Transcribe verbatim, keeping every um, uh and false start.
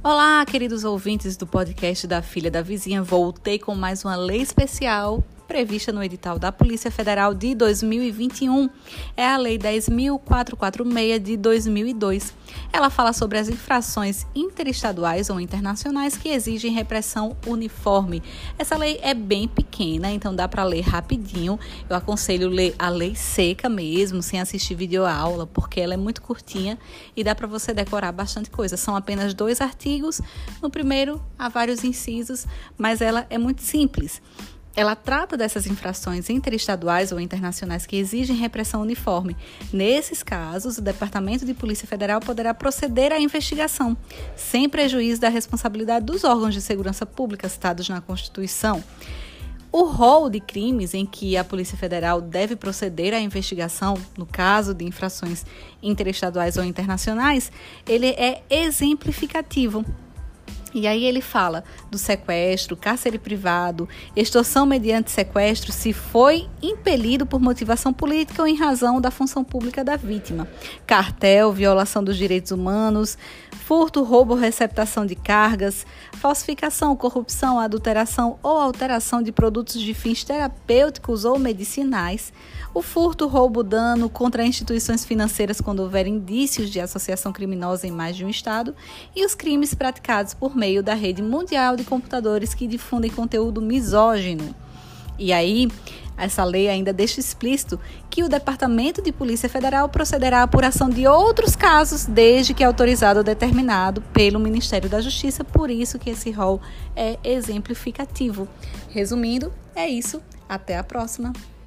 Olá, queridos ouvintes do podcast da Filha da Vizinha. Voltei com mais uma lei especial prevista no edital da Polícia Federal de dois mil e vinte e um. É a Lei dez mil quatrocentos e quarenta e seis de dois mil e dois. Ela fala sobre as infrações interestaduais ou internacionais que exigem repressão uniforme. Essa lei é bem pequena, então dá para ler rapidinho. Eu aconselho ler a lei seca mesmo, sem assistir videoaula, porque ela é muito curtinha e dá para você decorar bastante coisa. São apenas dois artigos. No primeiro, há vários incisos, mas ela é muito simples. Ela trata dessas infrações interestaduais ou internacionais que exigem repressão uniforme. Nesses casos, o Departamento de Polícia Federal poderá proceder à investigação, sem prejuízo da responsabilidade dos órgãos de segurança pública citados na Constituição. O rol de crimes em que a Polícia Federal deve proceder à investigação, no caso de infrações interestaduais ou internacionais, ele é exemplificativo. E aí ele fala do sequestro, cárcere privado, extorsão mediante sequestro se foi impelido por motivação política ou em razão da função pública da vítima, cartel, violação dos direitos humanos, furto, roubo, receptação de cargas, falsificação, corrupção, adulteração ou alteração de produtos de fins terapêuticos ou medicinais, o furto, roubo, dano contra instituições financeiras quando houver indícios de associação criminosa em mais de um estado e os crimes praticados por meio da rede mundial de computadores que difundem conteúdo misógino. E aí, essa lei ainda deixa explícito que o Departamento de Polícia Federal procederá à apuração de outros casos, desde que autorizado ou determinado pelo Ministério da Justiça. Por isso que esse rol é exemplificativo. Resumindo, é isso. Até a próxima.